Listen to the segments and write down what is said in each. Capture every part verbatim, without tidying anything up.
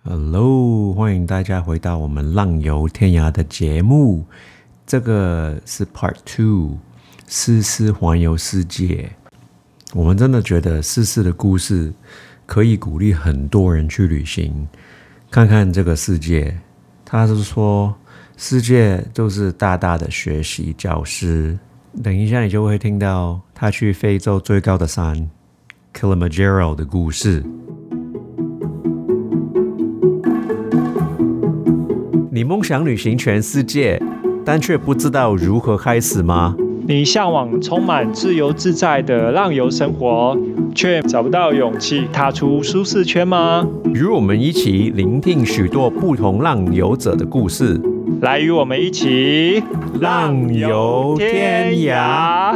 Hello，欢迎大家回到我们浪游天涯的节目。这个是 Part Two， 思思环游世界。我们真的觉得思思的故事可以鼓励很多人去旅行，看看这个世界。他是说，世界就是大大的学习教室。等一下，你就会听到他去非洲最高的山 Kilimanjaro 的故事。你梦想旅行全世界，但却不知道如何开始吗？ 你向往充满自由自在的浪游生活，却找不到勇气踏出舒适圈吗？ 与我们一起聆听许多不同浪游者的故事， 来与我们一起浪游天涯。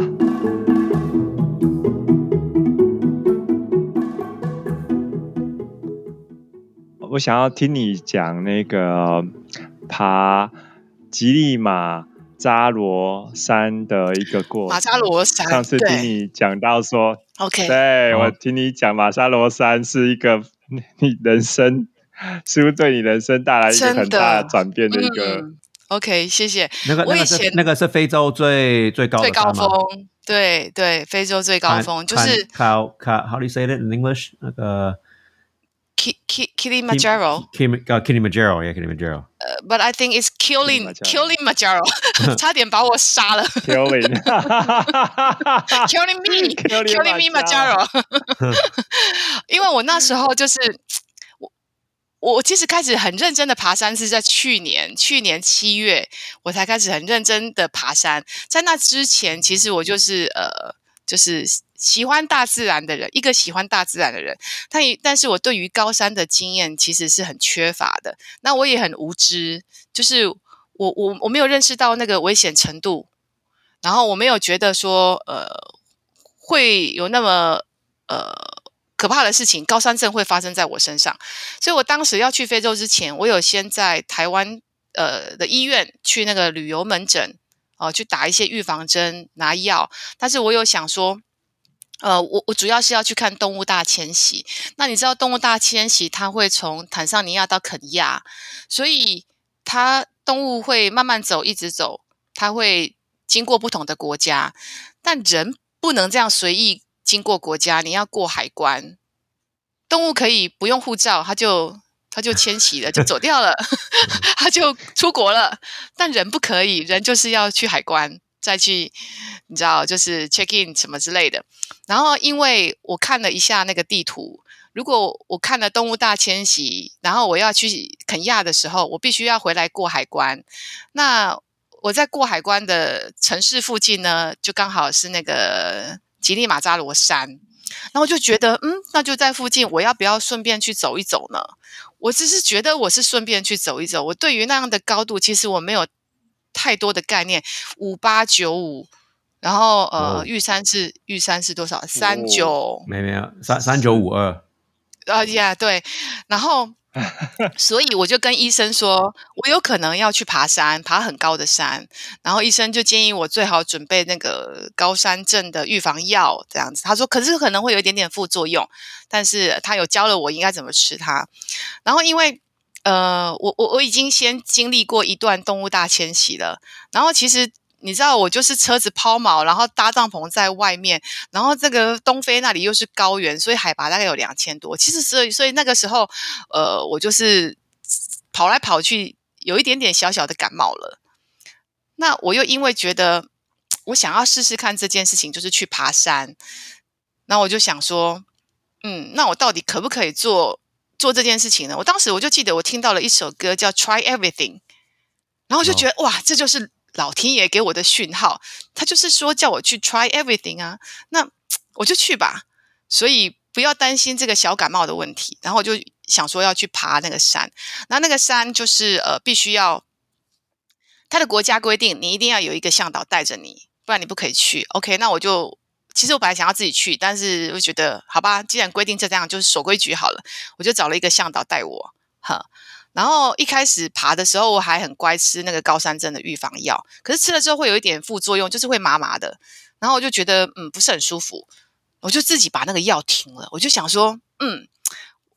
我想要听你讲那个爬吉利马扎罗山的一个过程。 马扎罗山， 上次听你讲到说 ，OK， 对、哦、我听你讲马扎罗山是一个你人生是不是对你人生带来一个很大的转变的一个、 嗯、OK， 谢谢。 那个那个是那个是非洲最最高的最高峰，对对，非洲最高峰就是靠靠 How do you say it in English？ 那个 Kilimanjaro Kilimanjaro yeah Kilimanjaro、uh, but I think it's killing Kilimanjaro 差点把我杀了 killing killing me killing me Manjaro 因为我那时候就是我我其实开始很认真的爬山是在去年去年七月我才开始很认真的爬山，在那之前其实我就是呃就是喜欢大自然的人，一个喜欢大自然的人，但但是我对于高山的经验其实是很缺乏的。那我也很无知，就是我我我没有认识到那个危险程度，然后我没有觉得说呃会有那么呃可怕的事情，高山症会发生在我身上。所以我当时要去非洲之前，我有先在台湾呃的医院去那个旅游门诊哦、呃，去打一些预防针，拿药，但是我有想说。呃，我我主要是要去看动物大迁徙。那你知道动物大迁徙，它会从坦桑尼亚到肯亚，所以它动物会慢慢走，一直走，它会经过不同的国家。但人不能这样随意经过国家，你要过海关。动物可以不用护照，它就它就迁徙了，就走掉了，它就出国了。但人不可以，人就是要去海关。再去你知道就是 check in 什么之类的。然后因为我看了一下那个地图，如果我看了动物大迁徙，然后我要去肯亚的时候，我必须要回来过海关。那我在过海关的城市附近呢，就刚好是那个吉利马扎罗山，然后我就觉得嗯，那就在附近，我要不要顺便去走一走呢？我只是觉得我是顺便去走一走，我对于那样的高度其实我没有太多的概念，五八九五，然后呃，玉山是玉山是多少？三九没没有三三九五二啊呀，对，然后所以我就跟医生说，我有可能要去爬山，爬很高的山，然后医生就建议我最好准备那个高山症的预防药，这样子。他说，可是可能会有一点点副作用，但是他有教了我应该怎么吃它。然后因为呃，我我我已经先经历过一段动物大迁徙了，然后其实你知道我就是车子抛锚，然后搭帐篷在外面，然后这个东非那里又是高原，所以海拔大概有两千多。其实所以所以那个时候，呃，我就是跑来跑去，有一点点小小的感冒了。那我又因为觉得我想要试试看这件事情，就是去爬山，然后我就想说，嗯，那我到底可不可以做？做这件事情呢，我当时我就记得我听到了一首歌叫 Try Everything， 然后我就觉得、哦、哇，这就是老天爷给我的讯号，他就是说叫我去 Try Everything 啊，那我就去吧，所以不要担心这个小感冒的问题。然后我就想说要去爬那个山，然后那个山就是呃必须要，他的国家规定你一定要有一个向导带着你，不然你不可以去。OK， 那我就。其实我本来想要自己去，但是我觉得好吧，既然规定这样，就是守规矩好了。我就找了一个向导带我，哈。然后一开始爬的时候，我还很乖吃那个高山症的预防药，可是吃了之后会有一点副作用，就是会麻麻的。然后我就觉得嗯不是很舒服，我就自己把那个药停了。我就想说，嗯，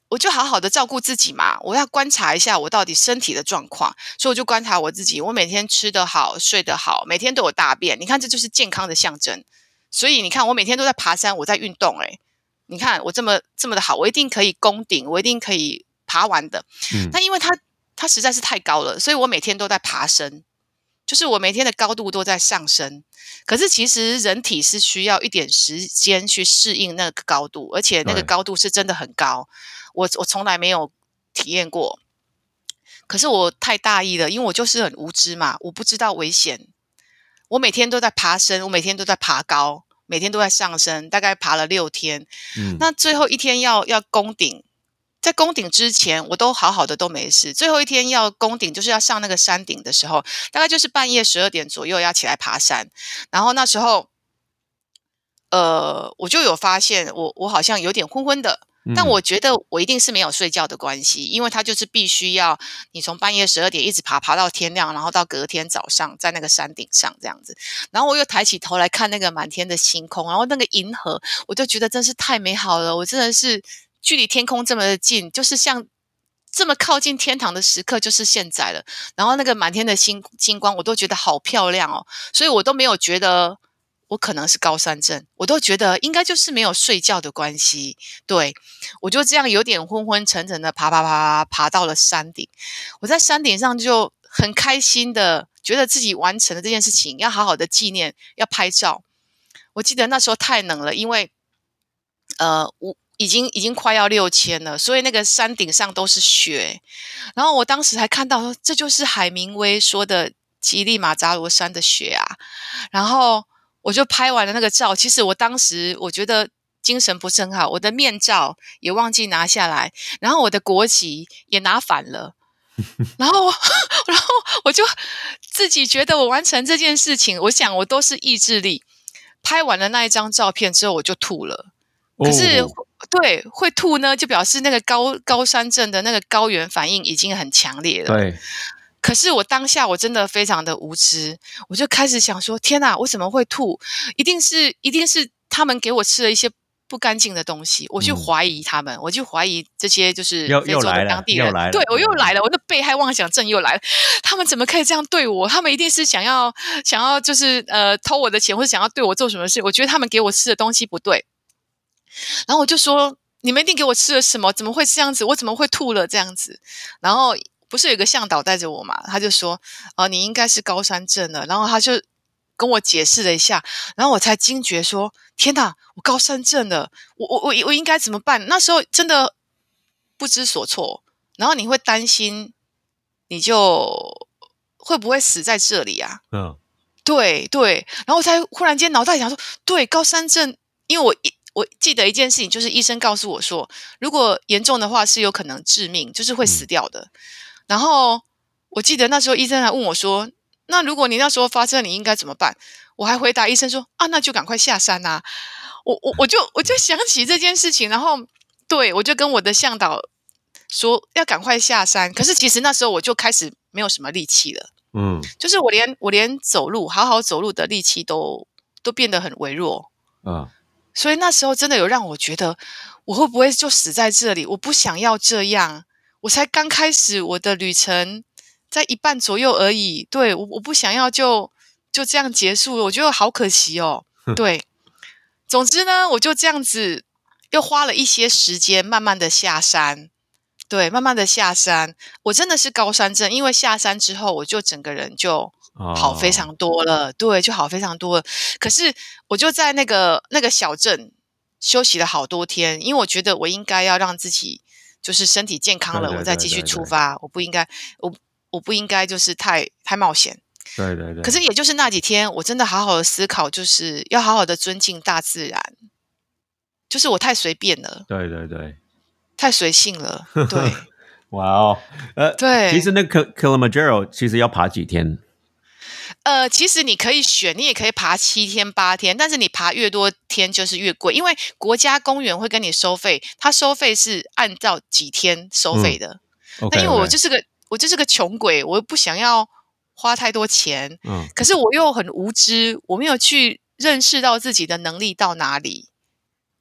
我就好好的照顾自己嘛，我要观察一下我到底身体的状况，所以我就观察我自己，我每天吃得好，睡得好，每天都有大便，你看这就是健康的象征。所以你看我每天都在爬山，我在运动，诶你看我这么这么的好，我一定可以攻顶，我一定可以爬完的。嗯，但因为它它实在是太高了，所以我每天都在爬升，就是我每天的高度都在上升。可是其实人体是需要一点时间去适应那个高度，而且那个高度是真的很高，我我从来没有体验过。可是我太大意了，因为我就是很无知嘛，我不知道危险。我每天都在爬升，我每天都在爬高，每天都在上升，大概爬了六天。嗯，那最后一天要要攻顶，在攻顶之前我都好好的都没事，最后一天要攻顶，就是要上那个山顶的时候，大概就是半夜十二点左右要起来爬山。然后那时候呃，我就有发现我我好像有点昏昏的，但我觉得我一定是没有睡觉的关系，因为它就是必须要你从半夜十二点一直爬爬到天亮，然后到隔天早上在那个山顶上这样子。然后我又抬起头来看那个满天的星空，然后那个银河，我就觉得真是太美好了，我真的是距离天空这么的近，就是像这么靠近天堂的时刻就是现在了。然后那个满天的星星光我都觉得好漂亮哦，所以我都没有觉得我可能是高山症，我都觉得应该就是没有睡觉的关系。对，我就这样有点昏昏沉沉的爬爬爬爬爬到了山顶。我在山顶上就很开心的觉得自己完成了这件事情，要好好的纪念，要拍照。我记得那时候太冷了，因为呃我已经已经快要六千了，所以那个山顶上都是雪。然后我当时还看到说，这就是海明威说的吉利马扎罗山的雪啊。然后我就拍完了那个照，其实我当时我觉得精神不是很好，我的面罩也忘记拿下来，然后我的国旗也拿反了，然后然后我就自己觉得我完成这件事情，我想我都是意志力。拍完了那一张照片之后，我就吐了。可是、哦、对，会吐呢，就表示那个高高山症的那个高原反应已经很强烈了。 对。 可是我当下我真的非常的无知，我就开始想说，天哪，我怎么会吐？一定是一定是他们给我吃了一些不干净的东西，我去怀疑他们，嗯、我去怀疑这些就是非洲的当地人。对，我又来了，我的被害妄想症又来了。他们怎么可以这样对我？他们一定是想要想要就是呃偷我的钱，或者想要对我做什么事？我觉得他们给我吃的东西不对。然后我就说，你们一定给我吃了什么？怎么会这样子？我怎么会吐了这样子？然后不是有个向导带着我嘛，他就说呃你应该是高山症了，然后他就跟我解释了一下，然后我才惊觉说，天哪，我高山症了，我我我我应该怎么办？那时候真的不知所措，然后你会担心你就会不会死在这里啊？嗯，对对，然后我才忽然间脑袋想说，对，高山症，因为我一我记得一件事情，就是医生告诉我说，如果严重的话是有可能致命，就是会死掉的。嗯，然后我记得那时候医生还问我说，那如果你那时候发生你应该怎么办？我还回答医生说，啊，那就赶快下山啊。我我我就我就想起这件事情，然后对，我就跟我的向导说要赶快下山。可是其实那时候我就开始没有什么力气了，嗯，就是我连我连走路好好走路的力气都都变得很微弱啊。所以那时候真的有让我觉得，我会不会就死在这里？我不想要这样，我才刚开始我的旅程，在一半左右而已。对，我我不想要就就这样结束了，我觉得好可惜哦。对，总之呢，我就这样子又花了一些时间，慢慢的下山。对，慢慢的下山，我真的是高山症，因为下山之后，我就整个人就好非常多了，哦，对，就好非常多了。可是我就在那个那个小镇休息了好多天，因为我觉得我应该要让自己就是身体健康了，对对对对对，我再继续出发。我不应该，我我不应该就是太太冒险。 对对对。 可是也就是那几天，我真的好好的思考，就是要好好的尊敬大自然。就是我太随便了。 对对对。 太随性了。对。 哇哦，呃， 对， 其实那个 Kilimanjaro 其实要爬几天？ 呃，其实你可以选，你也可以爬七天八天，但是你爬越多天就是越贵，因为国家公园会跟你收费，它收费是按照几天收费的。嗯，那因为我就是个我就是个穷鬼，我又不想要花太多钱，嗯，可是我又很无知，我没有去认识到自己的能力到哪里。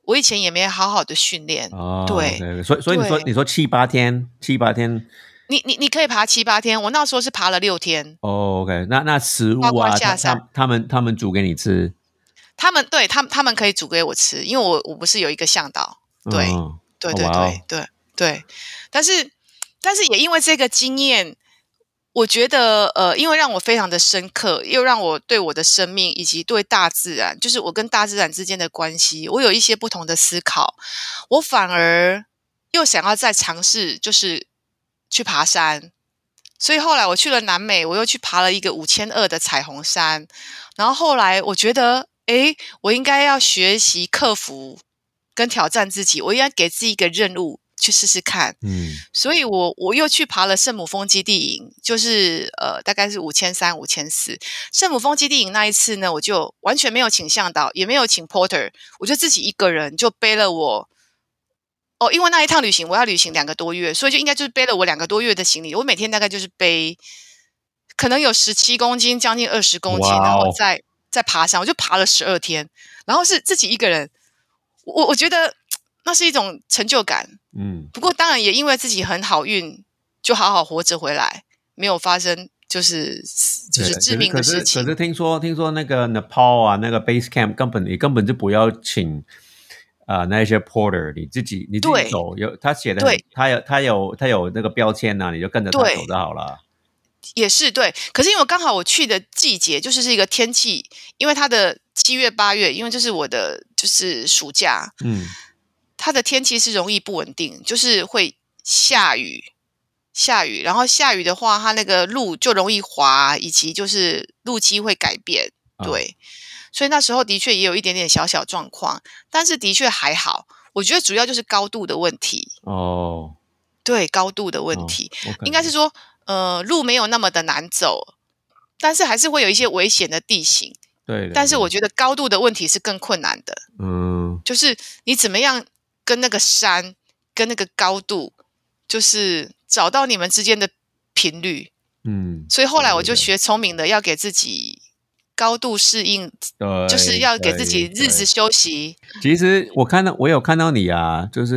我以前也没好好的训练。 哦， 对， okay, 所以所以你说你说七八天，七八天， 你你你可以爬七八天，我那时候是爬了六天。 哦 ，OK， 那那食包括物啊，他下山， 他他们他们煮给你吃， 他们对他们他们可以煮给我吃，因为我我不是有一个向导。对、 嗯， 对对哦哇哦对对对，但是但是也因为这个经验，我觉得呃，因为让我非常的深刻，又让我对我的生命以及对大自然，就是我跟大自然之间的关系，我有一些不同的思考。我反而又想要再尝试，就是去爬山。所以后来我去了南美，我又去爬了一个五千二的彩虹山。然后后来我觉得，诶，我应该要学习克服跟挑战自己，我应该给自己一个任务去试试看。 嗯， 所以我我又去爬了圣母峰基地营，就是呃大概是五千三、五千四。圣母峰基地营那一次呢，我就完全没有请向导，也没有请 porter， 我就自己一个人就背了我。哦，因为那一趟旅行我要旅行两个多月，所以就应该就是背了我两个多月的行李。我每天大概就是背，可能有十七公斤，将近二十公斤， 哇哦然后再再爬山，我就爬了十二天，然后是自己一个人。我我觉得那是一种成就感。 嗯， 不过当然也因为自己很好运，就好好活着回来，没有发生就是就是致命的事情。 可是可是听说听说那个 Nepal 啊，那个 base camp 根本你根本就不要请啊、呃、那些 porter， 你自己你自己走，有他写的很，他有他有他有那个标签啊，你就跟着他走就好了。 也是对，可是因为刚好我去的季节就是是一个天气，因为它的七月八月，因为就是我的就是暑假， 嗯， 它的天气是容易不稳定，就是会下雨，下雨，然后下雨的话，它那个路就容易滑，以及就是路基会改变，对，哦、所以那时候的确也有一点点小小状况，但是的确还好，我觉得主要就是高度的问题。 哦， 对，高度的问题， 哦 okay、 应该是说。呃，路没有那么的难走，但是还是会有一些危险的地形。 对， 对， 对， 但是我觉得高度的问题是更困难的。嗯，就是你怎么样跟那个山、跟那个高度，就是找到你们之间的频率。嗯，所以后来我就学聪明的，要给自己高度适应，就是要给自己日子休息。 其实我看到，我有看到你啊，就是。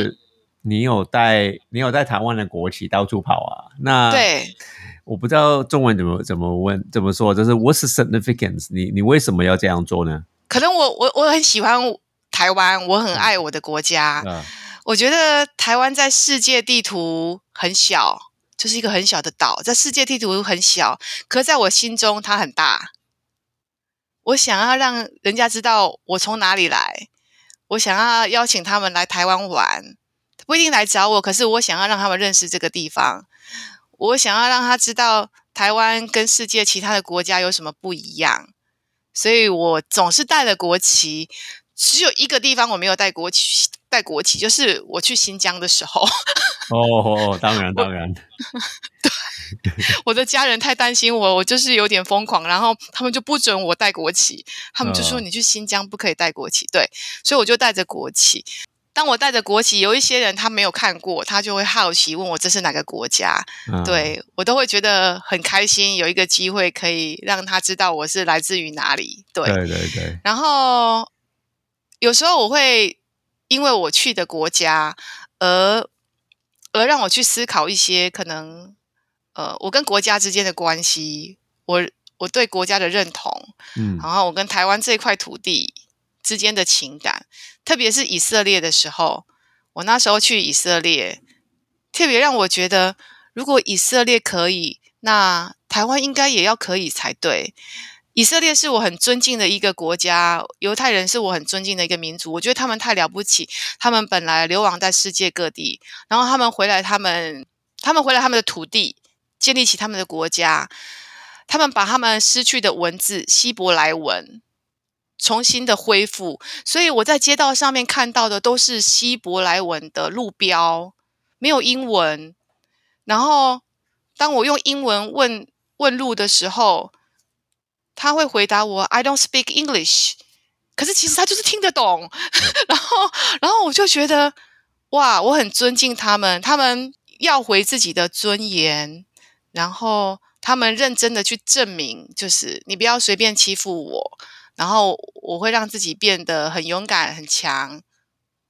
嗯，你有带你有带台湾的国旗到处跑啊？那对， 我不知道中文怎么怎么问怎么说，就是 What's the significance？ 你你为什么要这样做呢？ 可能我我我很喜欢台湾，我很爱我的国家。嗯，我觉得台湾在世界地图很小，就是一个很小的岛，在世界地图很小，可在我心中它很大。我想要让人家知道我从哪里来，我想要邀请他们来台湾玩。不一定来找我，可是我想要让他们认识这个地方，我想要让他知道台湾跟世界其他的国家有什么不一样，所以我总是带了国旗。只有一个地方我没有带国旗，带国旗就是我去新疆的时候。 哦，当然当然。 对，我的家人太担心我，我就是有点疯狂，然后他们就不准我带国旗，他们就说你去新疆不可以带国旗。对，所以我就带着国旗。当我带着国旗，有一些人他没有看过，他就会好奇问我这是哪个国家。嗯、对，我都会觉得很开心，有一个机会可以让他知道我是来自于哪里。对， 对对对。 然后有时候我会因为我去的国家而而让我去思考一些可能呃我跟国家之间的关系，我我对国家的认同，嗯，然后我跟台湾这块土地之间的情感。特别是以色列的时候，我那时候去以色列，特别让我觉得，如果以色列可以，那台湾应该也要可以才对。以色列是我很尊敬的一个国家，犹太人是我很尊敬的一个民族，我觉得他们太了不起。他们本来流亡在世界各地，然后他们回来，他们他们回来他们的土地，建立起他们的国家，他们把他们失去的文字希伯来文重新的恢复，所以我在街道上面看到的都是希伯来文的路标，没有英文。然后当我用英文问问路的时候，他会回答我 I don't speak English， 可是其实他就是听得懂。然后然后我就觉得哇，我很尊敬他们，他们要回自己的尊严，然后他们认真的去证明，就是你不要随便欺负我，然后我会让自己变得很勇敢很强，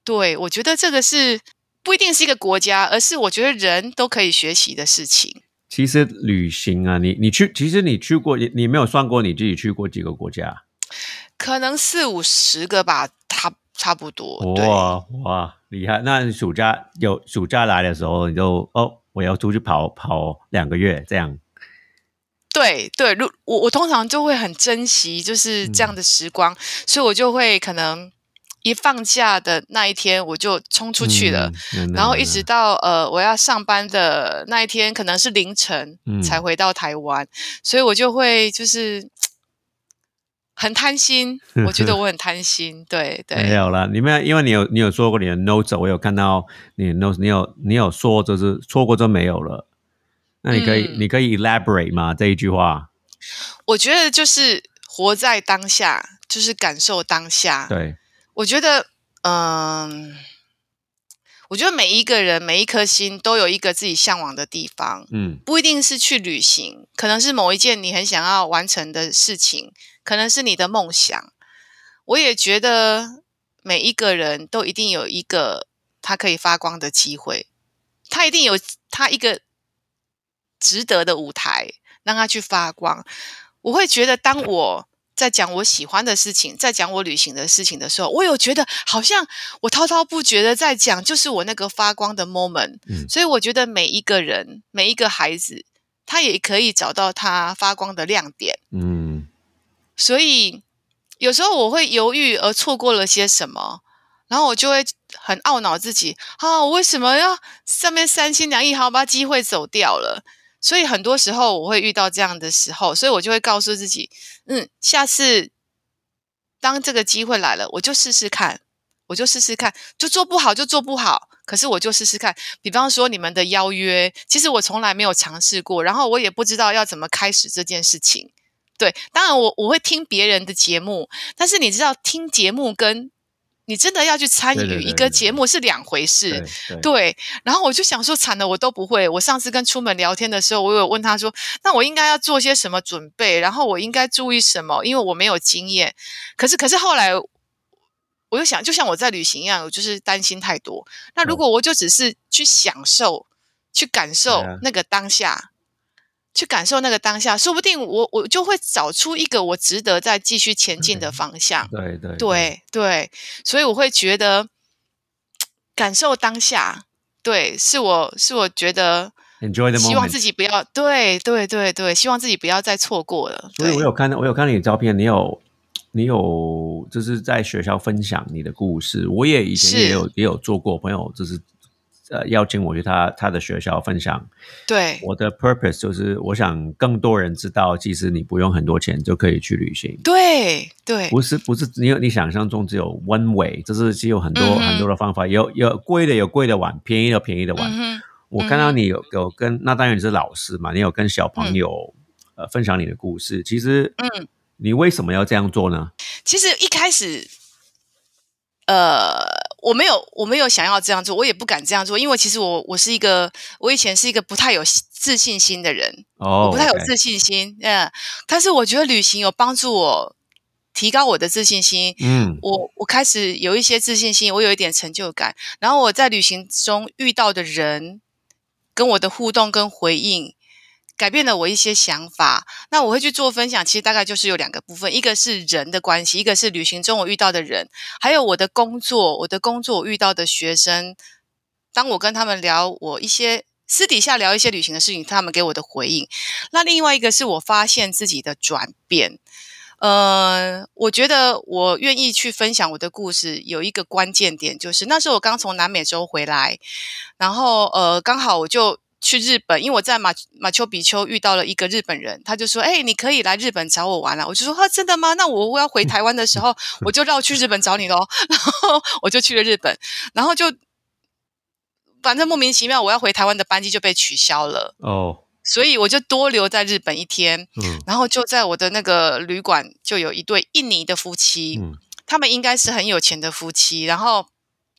对，我觉得这个是不一定是一个国家，而是我觉得人都可以学习的事情。 其实旅行啊，你你去，其实你去过，你你没有算过你自己去过几个国家？ 可能四五十个吧，差差不多。对， 哇哇，厉害！那你暑假有暑假来的时候，你就哦，我要出去跑跑两个月这样。 对对，如我我通常就会很珍惜就是这样的时光，所以我就会可能一放假的那一天我就冲出去了， 嗯， 然后一直到呃我要上班的那一天，可能是凌晨嗯才回到台湾，所以我就会就是很贪心，我觉得我很贪心，对没对， 有啦，你们因为你有你有说过你的 notes，我有看到你的 notes，你有你有说就是错过就没有了。那你可以、 嗯， 你可以 elaborate 吗？这一句话？ 我觉得就是活在当下，就是感受当下。 对， 我觉得，嗯，我觉得每一个人每一颗心都有一个自己向往的地方， 嗯不一定是去旅行，可能是某一件你很想要完成的事情，可能是你的梦想。我也觉得每一个人都一定有一个他可以发光的机会，他一定有他一个值得的舞台，让他去发光。我会觉得，当我在讲我喜欢的事情，在讲我旅行的事情的时候，我有觉得好像我滔滔不绝的在讲，就是我那个发光的 moment。 嗯所以我觉得每一个人，每一个孩子，他也可以找到他发光的亮点。 嗯所以有时候我会犹豫而错过了些什么，然后我就会很懊恼自己啊，我为什么要上面三心两意，好把机会走掉了？所以很多时候我会遇到这样的时候，所以我就会告诉自己，嗯，下次当这个机会来了，我就试试看，我就试试看，就做不好就做不好，可是我就试试看。比方说你们的邀约，其实我从来没有尝试过，然后我也不知道要怎么开始这件事情。对，当然我我会听别人的节目，但是你知道听节目跟你真的要去参对对与一个对对节目是两回事。 对对对，然后我就想说，惨了，我都不会。我上次跟出门聊天的时候，我有问他说，那我应该要做些什么准备，然后我应该注意什么，因为我没有经验。可是，可是后来我又想，就像我在旅行一样，我就是担心太多。那如果我就只是去享受、去感受那个当下，去感受那个当下，说不定我我就会找出一个我值得再继续前进的方向。 对对对对，所以我会觉得感受当下，对，是我是我觉得 ，enjoy the 希望 moment。 自己不要，对对对对，希望自己不要再错过了。 所以我对有看到，我有看到你的照片，你有你有就是在学校分享你的故事。我也以前也有也有做过，朋友就是呃邀请我去他他的学校分享。 对我的 purpose 就是我想更多人知道，其实你不用很多钱就可以去旅行。 对对， 不是不是你有你想象中只有 one way，就是只有很多、 嗯哼很多的方法，有有贵的有贵的玩，便宜的有便宜的玩。 嗯哼， 我看到你有有跟那当然你是老师嘛，你有跟小朋嗯友、呃分享你的故事。其实嗯， 你为什么要这样做呢？ 其实一开始，呃，我没有我没有想要这样做，我也不敢这样做，因为其实我我是一个我以前是一个不太有自信心的人， 哦， 我不太有 OK 自信心，嗯，但是我觉得旅行有帮助我提高我的自信心， 嗯我我开始有一些自信心，我有一点成就感，然后我在旅行中遇到的人跟我的互动跟回应。改变了我一些想法，那我会去做分享。其实大概就是有两个部分，一个是人的关系，一个是旅行中我遇到的人，还有我的工作，我的工作我遇到的学生。当我跟他们聊我一些私底下聊一些旅行的事情，他们给我的回应。那另外一个是我发现自己的转变。呃，我觉得我愿意去分享我的故事，有一个关键点，就是那时候我刚从南美洲回来，然后呃，刚好我就去日本，因为我在马马丘比丘遇到了一个日本人，他就说：“哎、欸，你可以来日本找我玩了。”我就说：“啊，真的吗？那我要回台湾的时候，我就绕去日本找你咯。”然后我就去了日本，然后就反正莫名其妙，我要回台湾的班机就被取消了。 哦， 所以我就多留在日本一天， 嗯然后就在我的那个旅馆就有一对印尼的夫妻， 嗯他们应该是很有钱的夫妻，然后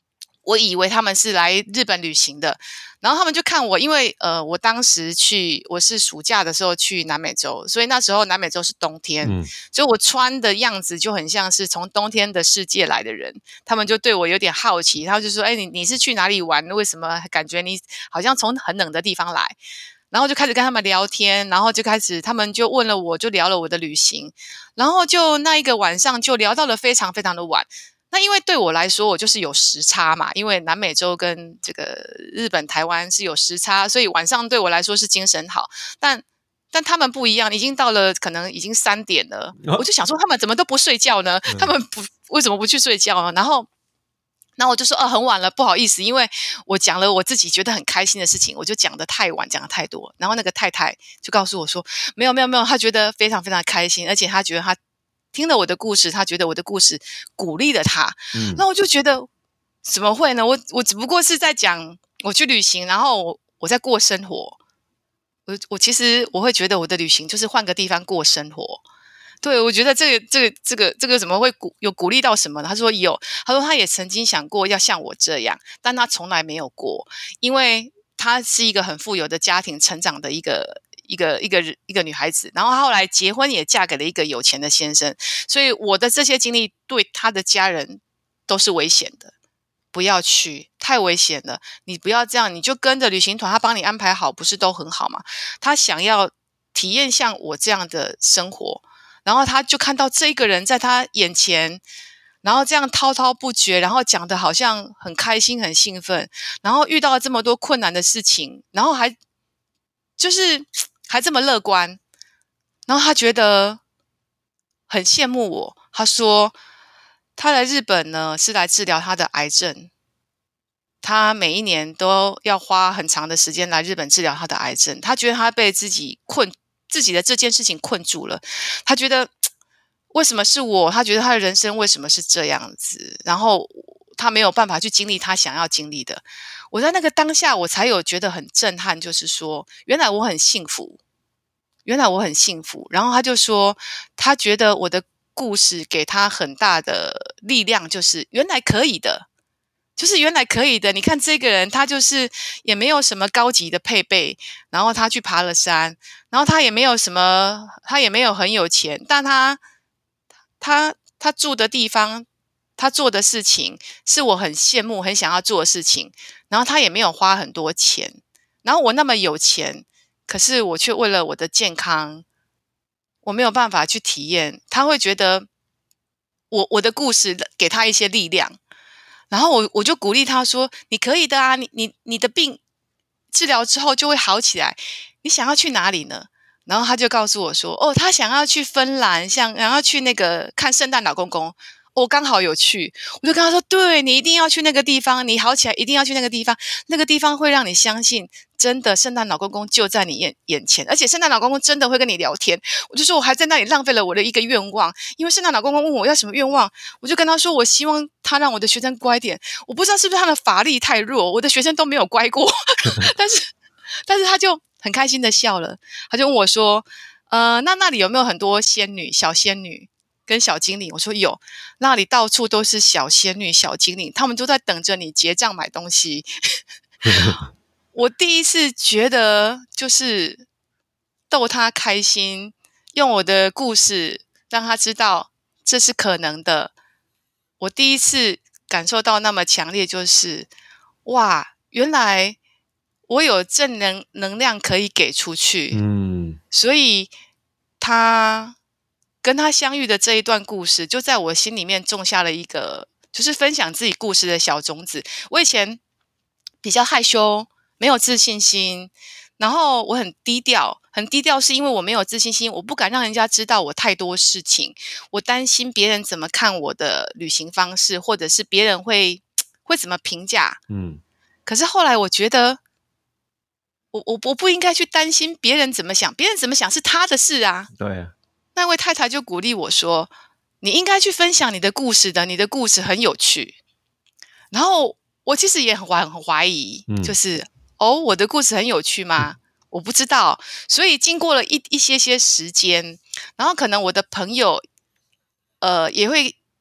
我以为他们是来日本旅行的，然后他们就看我，因为呃，我当时去我是暑假的时候去南美洲，所以那时候南美洲是冬天，嗯、所以我穿的样子就很像是从冬天的世界来的人，他们就对我有点好奇，他就说：“哎、欸，你你是去哪里玩？为什么感觉你好像从很冷的地方来？”然后就开始跟他们聊天，然后就开始他们就问了我，就聊了我的旅行，然后就那一个晚上就聊到了非常非常的晚。那因为对我来说，我就是有时差嘛，因为南美洲跟这个日本、台湾是有时差，所以晚上对我来说是精神好。但但他们不一样，已经到了可能已经三点了，哦、我就想说他们怎么都不睡觉呢？嗯、他们不为什么不去睡觉呢？然后，然后我就说哦，很晚了，不好意思，因为我讲了我自己觉得很开心的事情，我就讲得太晚，讲得太多。然后那个太太就告诉我说，没有没有没有，她觉得非常非常开心，而且她觉得她。听了我的故事，他觉得我的故事鼓励了他，嗯，那我就觉得怎么会呢？我我只不过是在讲我去旅行，然后我我在过生活。我我其实我会觉得我的旅行就是换个地方过生活。对，我觉得这个这个这个这个怎么会鼓有鼓励到什么呢？他说有，他说他也曾经想过要像我这样，但他从来没有过，因为他是一个很富有的家庭成长的一个。一个一个一个女孩子，然后她后来结婚也嫁给了一个有钱的先生，所以我的这些经历对她的家人都是危险的，不要去，太危险了，你不要这样，你就跟着旅行团，他帮你安排好，不是都很好吗？他想要体验像我这样的生活，然后他就看到这个人在他眼前，然后这样滔滔不绝，然后讲的好像很开心很兴奋，然后遇到了这么多困难的事情，然后还就是还这么乐观，然后他觉得很羡慕我。他说他来日本呢是来治疗他的癌症，他每一年都要花很长的时间来日本治疗他的癌症。他觉得他被自己困自己的这件事情困住了，他觉得为什么是我？他觉得他的人生为什么是这样子？然后他没有办法去经历他想要经历的。我在那个当下我才有觉得很震撼，就是说原来我很幸福，原来我很幸福。然后他就说他觉得我的故事给他很大的力量，就是原来可以的，就是原来可以的。你看这个人他就是也没有什么高级的配备，然后他去爬了山，然后他也没有什么，他也没有很有钱，但他他他住的地方，他做的事情是我很羡慕很想要做的事情，然后他也没有花很多钱，然后我那么有钱，可是我却为了我的健康我没有办法去体验。他会觉得我我的故事给他一些力量，然后我我就鼓励他说你可以的啊，你你你的病治疗之后就会好起来，你想要去哪里呢？然后他就告诉我说哦，他想要去芬兰，想想要去那个看圣诞老公公。我刚好有去，我就跟他说对，你一定要去那个地方，你好起来一定要去那个地方，那个地方会让你相信真的圣诞老公公就在你眼眼前，而且圣诞老公公真的会跟你聊天。我就说我还在那里浪费了我的一个愿望，因为圣诞老公公问我要什么愿望，我就跟他说我希望他让我的学生乖点。我不知道是不是他的法力太弱，我的学生都没有乖过但是但是他就很开心的笑了，他就问我说呃，那那里有没有很多仙女小仙女跟小精灵？我说有，那里到处都是小仙女小精灵，他们都在等着你结账买东西我第一次觉得就是逗他开心，用我的故事让他知道这是可能的。我第一次感受到那么强烈，就是哇，原来我有正能能量可以给出去。嗯，所以他跟他相遇的这一段故事就在我心里面种下了一个就是分享自己故事的小种子。我以前比较害羞，没有自信心，然后我很低调，很低调是因为我没有自信心，我不敢让人家知道我太多事情，我担心别人怎么看我的旅行方式，或者是别人会会怎么评价。嗯，可是后来我觉得我我我不应该去担心别人怎么想，别人怎么想是他的事啊。 对啊。 那位太太就鼓励我说你应该去分享你的故事的，你的故事很有趣。然后我其实也很很怀疑、嗯、就是哦，我的故事很有趣吗？我不知道。所以经过了一一些些时间，然后可能我的朋友呃也会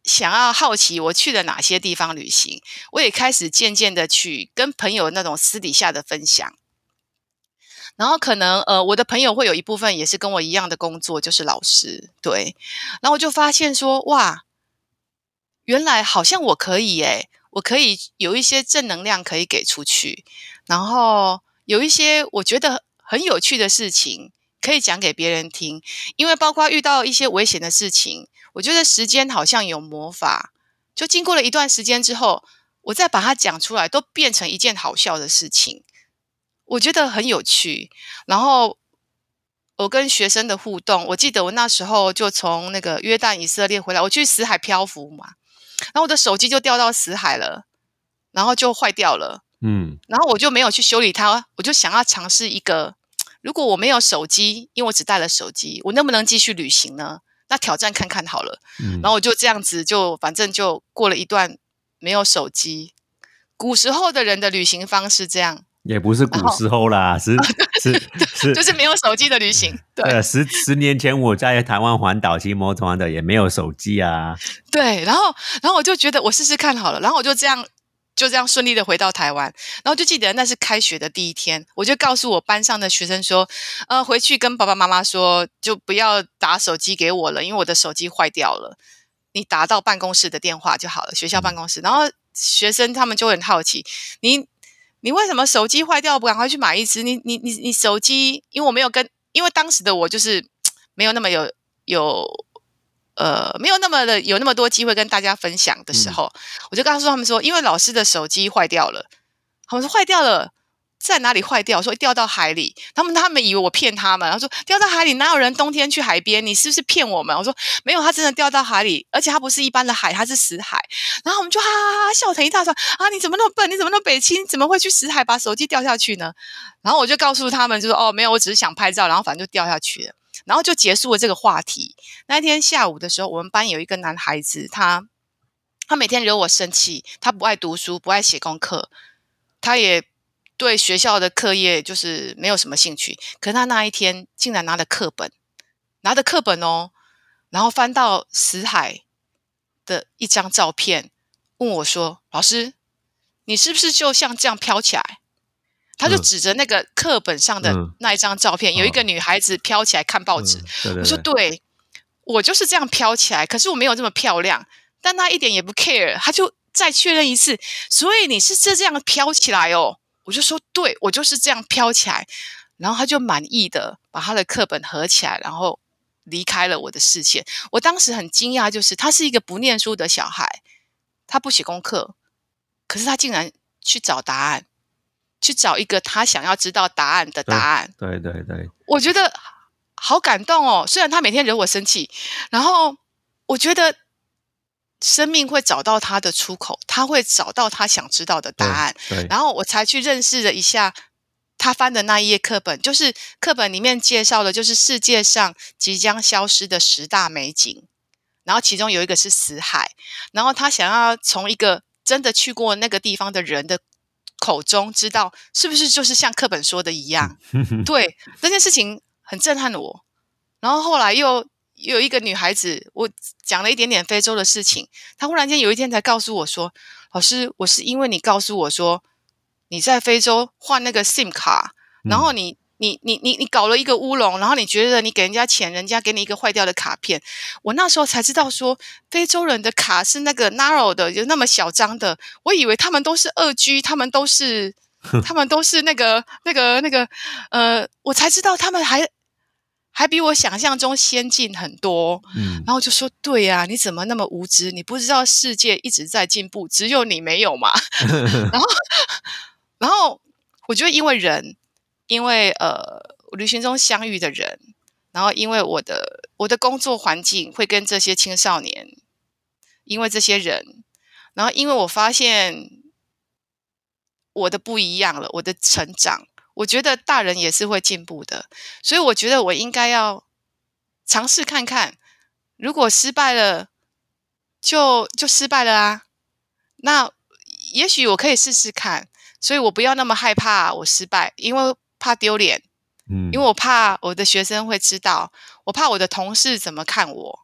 想要好奇我去了哪些地方旅行，我也开始渐渐的去跟朋友那种私底下的分享。然后可能呃，我的朋友会有一部分也是跟我一样的工作，就是老师，对。然后我就发现说，哇，原来好像我可以诶，我可以有一些正能量可以给出去，然后有一些我觉得很有趣的事情可以讲给别人听。因为包括遇到一些危险的事情，我觉得时间好像有魔法，就经过了一段时间之后，我再把它讲出来，都变成一件好笑的事情。我觉得很有趣。然后我跟学生的互动，我记得我那时候就从那个约旦以色列回来，我去死海漂浮嘛，然后我的手机就掉到死海了，然后就坏掉了。嗯，然后我就没有去修理它，我就想要尝试一个，如果我没有手机，因为我只带了手机，我能不能继续旅行呢？那挑战看看好了。嗯，然后我就这样子，就反正就过了一段没有手机。古时候的人的旅行方式这样。 也不是古时候啦，是是是， 就是没有手机的旅行。对， 对十十年前我在台湾环岛骑摩托的也没有手机啊。 对，然后然后我就觉得我试试看好了，然后我就这样就这样顺利的回到台湾。然后就记得那是开学的第一天，我就告诉我班上的学生说，呃，回去跟爸爸妈妈说，就不要打手机给我了，因为我的手机坏掉了，你打到办公室的电话就好了，学校办公室。嗯、然后学生他们就很好奇，你。你为什么手机坏掉不赶快去买一支？你你你你手机，因为我没有跟，因为当时的我就是没有那么有有呃没有那么的有那么多机会跟大家分享的时候，嗯、我就告诉他们说，因为老师的手机坏掉了，他们说坏掉了。在哪里坏掉？我说掉到海里，他们他们以为我骗他们，然后说掉到海里哪有人冬天去海边？你是不是骗我们？我说没有，他真的掉到海里，而且他不是一般的海，他是死海。然后我们就哈哈哈笑成一大团啊！你怎么那么笨？你怎么那么北七？你怎么会去死海把手机掉下去呢？然后我就告诉他们，就说哦没有，我只是想拍照，然后反正就掉下去了，然后就结束了这个话题。那一天下午的时候，我们班有一个男孩子，他他每天惹我生气，他不爱读书，不爱写功课，他也。对学校的课业就是没有什么兴趣，可是他那一天竟然拿了课本，拿着课本哦，然后翻到死海的一张照片，问我说：“老师，你是不是就像这样飘起来？”他就指着那个课本上的那一张照片，嗯、有一个女孩子飘起来看报纸。嗯、对对对我说：“对，我就是这样飘起来，可是我没有这么漂亮。”但他一点也不 care， 他就再确认一次，所以你是这样飘起来哦。我就说对，我就是这样飘起来，然后他就满意的把他的课本合起来，然后离开了我的视线。我当时很惊讶，就是他是一个不念书的小孩，他不写功课，可是他竟然去找答案，去找一个他想要知道答案的答案。 对对 对, 对， 我觉得好感动哦。虽然他每天惹我生气，然后我觉得生命会找到他的出口，他会找到他想知道的答案。然后我才去认识了一下他翻的那一页课本，就是课本里面介绍的就是世界上即将消失的十大美景，然后其中有一个是死海，然后他想要从一个真的去过那个地方的人的口中知道是不是就是像课本说的一样。对，这件事情很震撼我。然后后来又有一个女孩子，我讲了一点点非洲的事情，她忽然间有一天才告诉我说，老师，我是因为你告诉我说你在非洲换那个 SIM 卡，然后你、嗯、你你你你搞了一个乌龙，然后你觉得你给人家钱，人家给你一个坏掉的卡片。我那时候才知道说非洲人的卡是那个 narrow 的，有那么小张的，我以为他们都是二 G， 他们都是他们都是那个那个那个呃，我才知道他们还还比我想象中先进很多。嗯，然后就说对啊，你怎么那么无知？你不知道世界一直在进步，只有你没有嘛。然后然后我觉得因为人因为呃旅行中相遇的人，然后因为我的我的工作环境会跟这些青少年，因为这些人，然后因为我发现我的不一样了，我的成长，我觉得大人也是会进步的，所以我觉得我应该要尝试看看，如果失败了就就失败了啊，那也许我可以试试看，所以我不要那么害怕我失败，因为怕丢脸，嗯，因为我怕我的学生会知道，我怕我的同事怎么看我，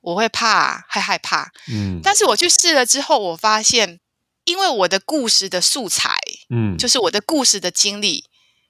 我会怕，会害怕。 嗯， 但是我去试了之后，我发现，因为我的故事的素材， 嗯， 就是我的故事的经历，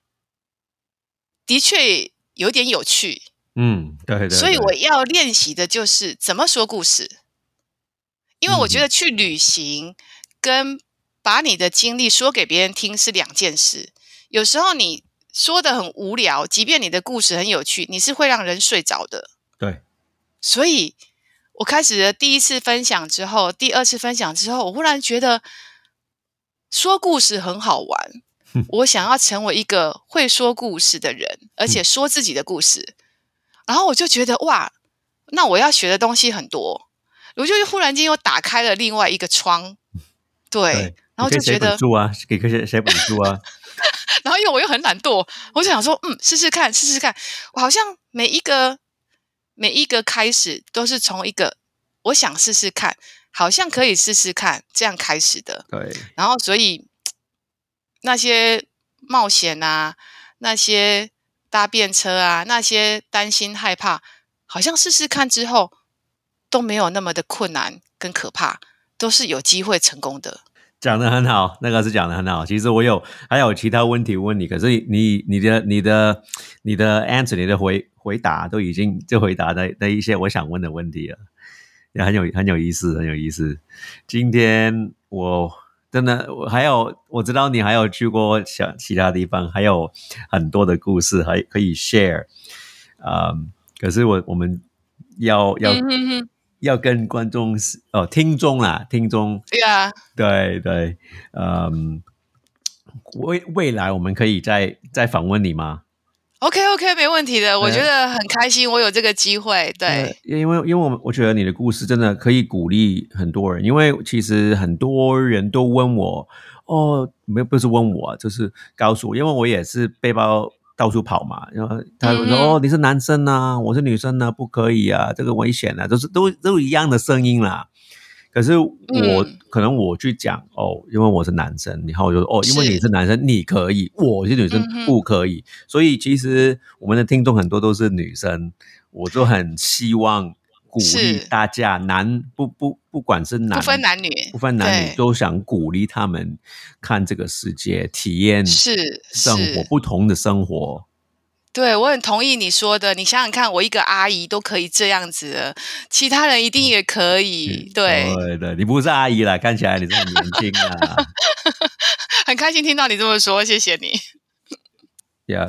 的确有点有趣。 嗯，对对对， 所以我要练习的就是怎么说故事。因为我觉得去旅行跟把你的经历说给别人听是两件事。有时候你说的很无聊，即便你的故事很有趣，你是会让人睡着的。 对， 所以我开始了第一次分享之后，第二次分享之后，我忽然觉得说故事很好玩。我想要成为一个会说故事的人，而且说自己的故事。然后我就觉得哇，那我要学的东西很多。我就忽然间又打开了另外一个窗，对， 对， 然后就觉得写本书啊，给写写本书啊。 然后因为我又很懒惰，我就想说，嗯，试试看，试试看。我好像每一个每一个开始都是从一个我想试试看，好像可以试试看这样开始的。 对， 然后所以那些冒险啊，那些搭便车啊，那些担心害怕，好像试试看之后都没有那么的困难跟可怕，都是有机会成功的。 讲得很好，那个是讲得很好。其实我有还有其他问题问你，可是你你的你的你的 answer 你的回回答都已经就回答的那一些我想问的问题了，也很有很有意思，很有意思。今天我真的我还有我知道你还有去过小其他地方，还有很多的故事还可以 share。嗯，可是我我们要要。嗯哼哼要跟观众哦，听众啦，听众， 对啊， 对对，嗯，未未来我们可以再再访问你吗 ？OK OK， 没问题的，我觉得很开心，我有这个机会。对， 因为因为我们我觉得你的故事真的可以鼓励很多人，因为其实很多人都问我，哦，没有不是问我，就是告诉我，因为我也是背包到处跑嘛，然后他说、嗯、哦，你是男生啊，我是女生啊，不可以啊，这个危险啊，都是都都一样的声音啦。可是我、嗯、可能我去讲哦，因为我是男生，然后我就说哦，因为你是男生，你可以，我是女生不可以。嗯、所以其实我们的听众很多都是女生，我就很希望鼓励大家，男不不不管是男不分男女， 不分男女，都想鼓励他们看这个世界，体验是生活不同的生活。 对，我很同意你说的。你想想看，我一个阿姨都可以这样子了，其他人一定也可以。对， 对对，你不是阿姨啦，看起来你是很年轻啊。 很开心听到你这么说，谢谢你。 呀、yeah, ，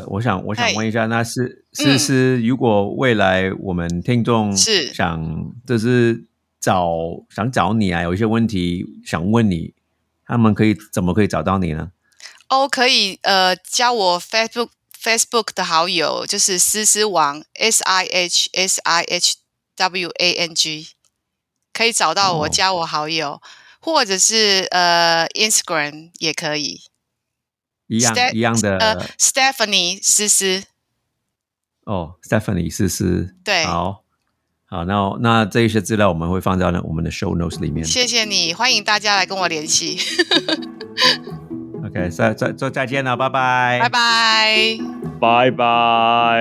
我想我想问一下，那是是是，如果未来我们听众是想就是找想找你啊，有一些问题想问你，他们可以怎么可以找到你呢？ 哦，可以呃，加我 Facebook。Facebook 的好友就是思思王 S I H S I H W A N G， 可以找到我，哦、加我好友，或者是呃 Instagram 也可以， 一样 Ste- 一样的。 呃 Stephanie 思思， 哦 Stephanie 思思， 对， 好，好，那那这一些资料我们会放在我们的 show notes 里面。 谢谢你，欢迎大家来跟我联系。 OK， 再再再再见了，拜拜， 拜拜， 拜拜。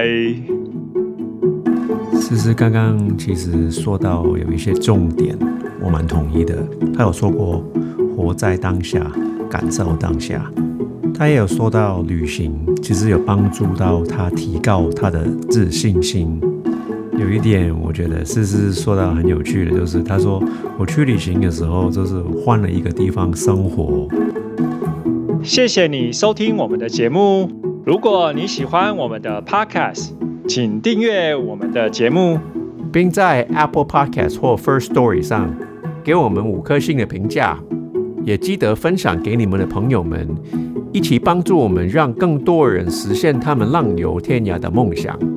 思思刚刚其实说到有一些重点，我蛮同意的。他有说过活在当下，感受当下。他也有说到旅行其实有帮助到他提高他的自信心。有一点我觉得思思说到很有趣的，就是他说我去旅行的时候，就是换了一个地方生活。 谢谢你收听我们的节目。如果你喜欢我们的 Podcast， 请订阅我们的节目， 并在 Apple Podcast 或 First Story 上给我们五颗星的评价。也记得分享给你们的朋友们，一起帮助我们让更多人实现他们浪游天涯的梦想。